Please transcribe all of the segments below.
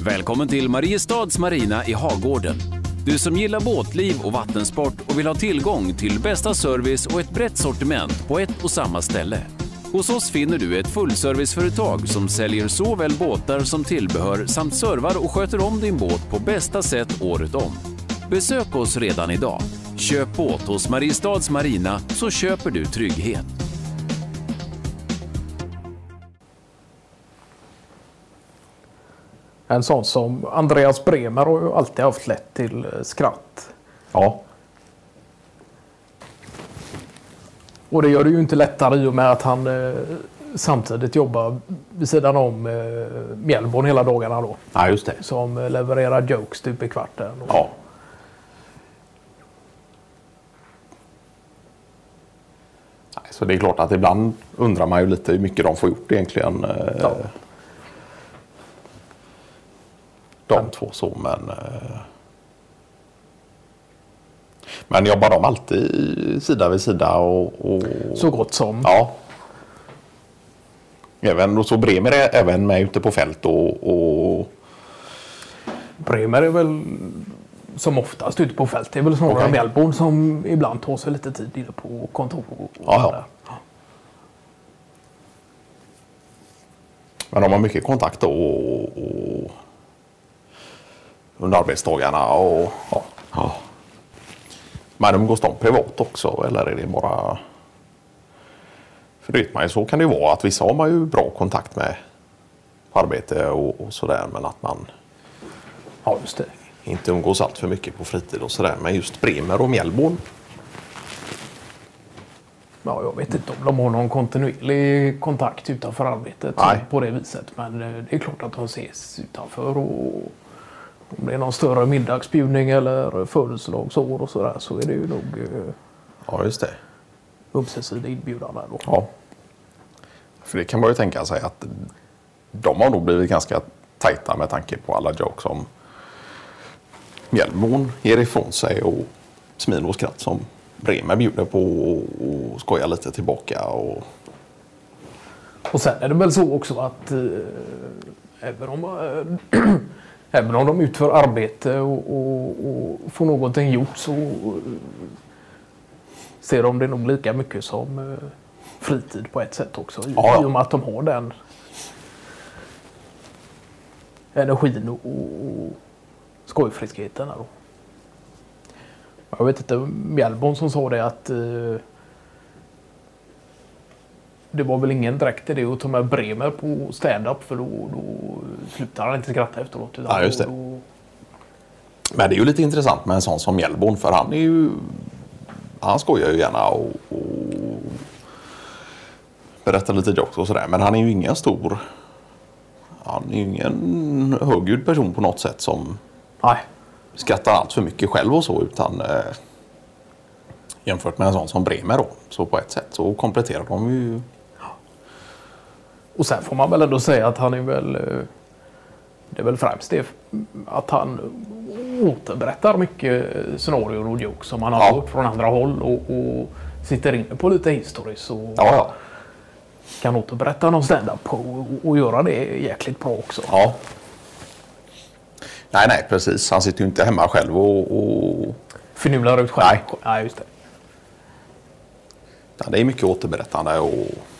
Välkommen till Mariestads Marina i Hagården. Du som gillar båtliv och vattensport och vill ha tillgång till bästa service och ett brett sortiment på ett och samma ställe. Hos oss finner du ett fullserviceföretag som säljer såväl båtar som tillbehör samt servar och sköter om din båt på bästa sätt året om. Besök oss redan idag. Köp båt hos Mariestads Marina så köper du trygghet. En sån som Andreas Bremer har ju alltid haft lätt till skratt. Ja. Och det gör det ju inte lättare i och med att han samtidigt jobbar vid sidan om Mjällborn hela dagarna då. Ja, just det. Som levererar jokes typ i kvarten. Ja. Så det är klart att ibland undrar man ju lite hur mycket de får gjort egentligen. Ja. De två så, men jobbar de alltid sida vid sida och Så gott som. Ja. Även och så Bremer är även med ute på fält och Bremer är väl som oftast ute på fält. Det är väl snarare Mjällborn som ibland tar sig lite tid inne på kontor. Ja. Men de har mycket kontakt då och under arbetsdagarna och ja. Men umgås de privat också eller är det bara... För det vet man ju, så kan det ju vara att vissa har man ju bra kontakt med på arbete och sådär, men att man just det. Inte umgås allt för mycket på fritid och sådär. Men just Bremer och Mjällborn. Ja, jag vet inte om de har någon kontinuerlig kontakt utanför arbetet på det viset. Men det är klart att de ses utanför och om det är någon större middagsbjudning eller födelsedagsår och sådär så är det ju nog ja, just det. ömsesidig inbjudan där då. Ja. För det kan man ju tänka sig att de har nog blivit ganska tajta med tanke på alla jokes som Mjällborn ger ifrån sig och smil och skratt som Bremer bjuder på och skojar lite tillbaka. Och sen är det väl så också att även om de utför arbete och får någonting gjort så ser de det nog lika mycket som fritid på ett sätt också. I och med att de har den energin och skojfriskheten då. Jag vet inte, Mjällborn som sa det att det var väl ingen direkt i det att ta med Bremer på stand-up för då slutar han inte skratta efteråt. Ja, just det. Men det är ju lite intressant med en sån som Mjällborn för han skojar ju gärna och berättar lite jokes och sådär. Men han är ju ingen högljudd person på något sätt som skrattar allt för mycket själv och så, utan jämfört med en sån som Bremer då, så på ett sätt så kompletterar de ju. Och sen får man väl ändå säga att han är väl det är väl främst det att han återberättar mycket scenarier och jokes som han har hört från andra håll och sitter inne på lite historiskt och kan återberätta någon stand-up och göra det jäkligt bra också. Ja. Nej, precis. Han sitter ju inte hemma själv och förnular ut själv. Nej, just det. Ja, det är mycket återberättande och...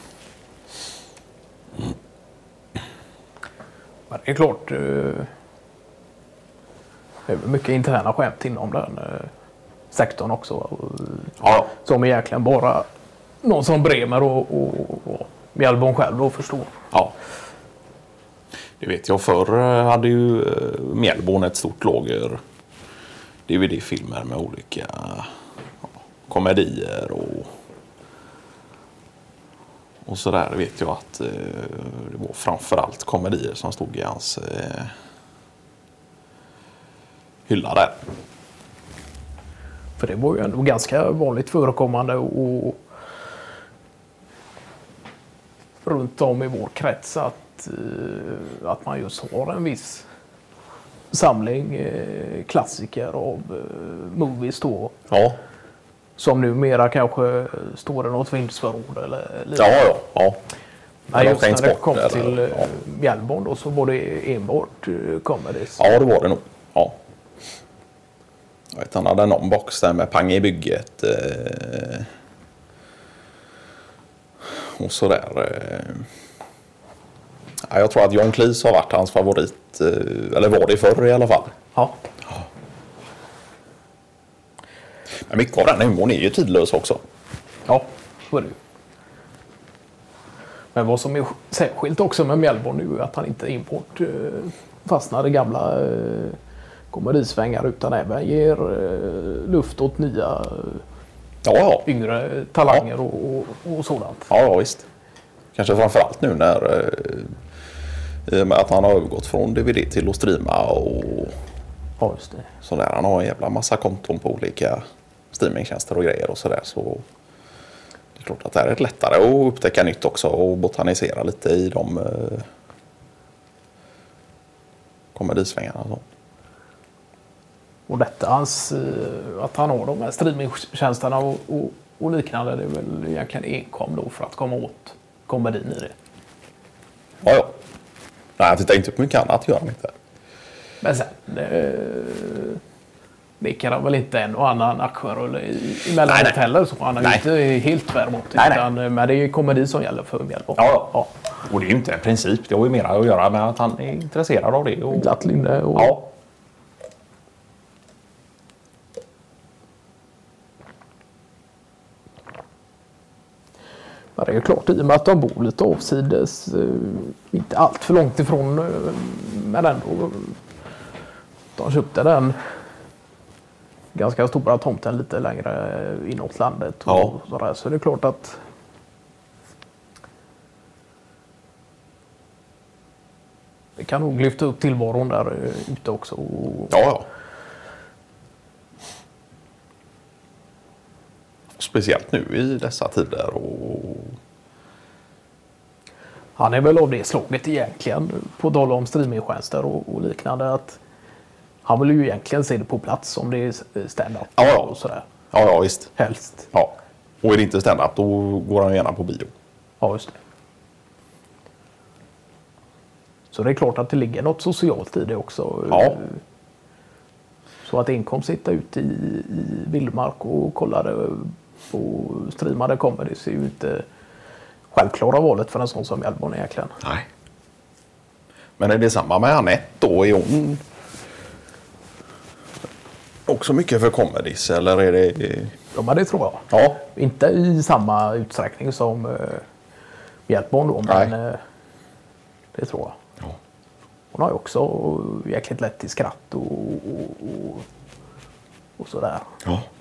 Men det är klart det är mycket interna skämt inom den sektorn också. Som egentligen bara någon som Bremer och Mjällborn själv då förstår. Ja. Det vet jag, förr hade ju Mjällborn ett stort lager DVD-filmer med olika komedier och sådär. Det vet jag att det var framförallt komedier som stod i hans hylla där. För det var ju ändå ganska vanligt förekommande och runt om i vår krets att man just har en viss samling klassiker av movies då. Ja. Som numera kanske står i något vindsförråd eller lite. Ja. Nej, just när det kom eller, till Mjällborn då så var det enbart comedies. Ja, det var det nog. Ja. Jag vet, han hade någon box där med Pang i bygget. Och sådär. Ja, jag tror att John Cleese har varit hans favorit. Eller var det förr i alla fall. Ja. Men mycket av den humorn är ju tidlös också. Ja, så är det ju. Men vad som är särskilt också med Mjällborn är ju att han inte import fastnar i gamla komedisvängar utan även ger luft åt nya yngre talanger och sådant. Ja, visst. Kanske framförallt nu när i och med att han har övergått från DVD till att streama och just det. sådär. Han har en jävla massa konton på olika streamingtjänster och grejer och sådär. Så det är klart att det är lättare att upptäcka nytt också och botanisera lite i de komedisvängarna. Och detta att han har de här streamingtjänsterna och liknande, det är väl egentligen enkom då för att komma åt komedin i det. Ja. Nej, jag tittar inte på mycket annat, gör han inte. Men sen det kan han väl inte en och annan actionrulle emellanåt heller, så han är ju inte helt tväremot. Men det är ju komedi som gäller för Mjällborn. Ja. Och det är ju inte en princip, det har ju mer att göra med att han är intresserad av det. Och... Glatt lynne och... Ja. Men det är ju klart, i och med att de bor lite avsides, inte allt för långt ifrån, men ändå. De köpte den ganska stora tomten lite längre inåt landet. Och sådär. Så det är klart att det kan nog lyfta upp tillvaron där ute också. Ja. Speciellt nu i dessa tider. Han är väl av det slaget egentligen, på tal om streamingtjänster och liknande, att han vill ju egentligen se det på plats om det är stand-up och sådär. Ja, visst. Helst. Ja. Och är det inte stand-up då går han gärna på bio. Ja, just det. Så det är klart att det ligger något socialt i det också. Ja. Så att enkom sitta ute i vildmark och kolla det på streamade comedies är ju inte självklara valet för en sån som Mjällborn egentligen. Nej. Men är det samma med Anette då? Är hon också mycket för comedies eller är det... Ja, men det tror jag. Ja. Inte i samma utsträckning som Mjällborn då, men det tror jag. Ja. Hon har ju också jäkligt lätt till skratt och sådär. Ja.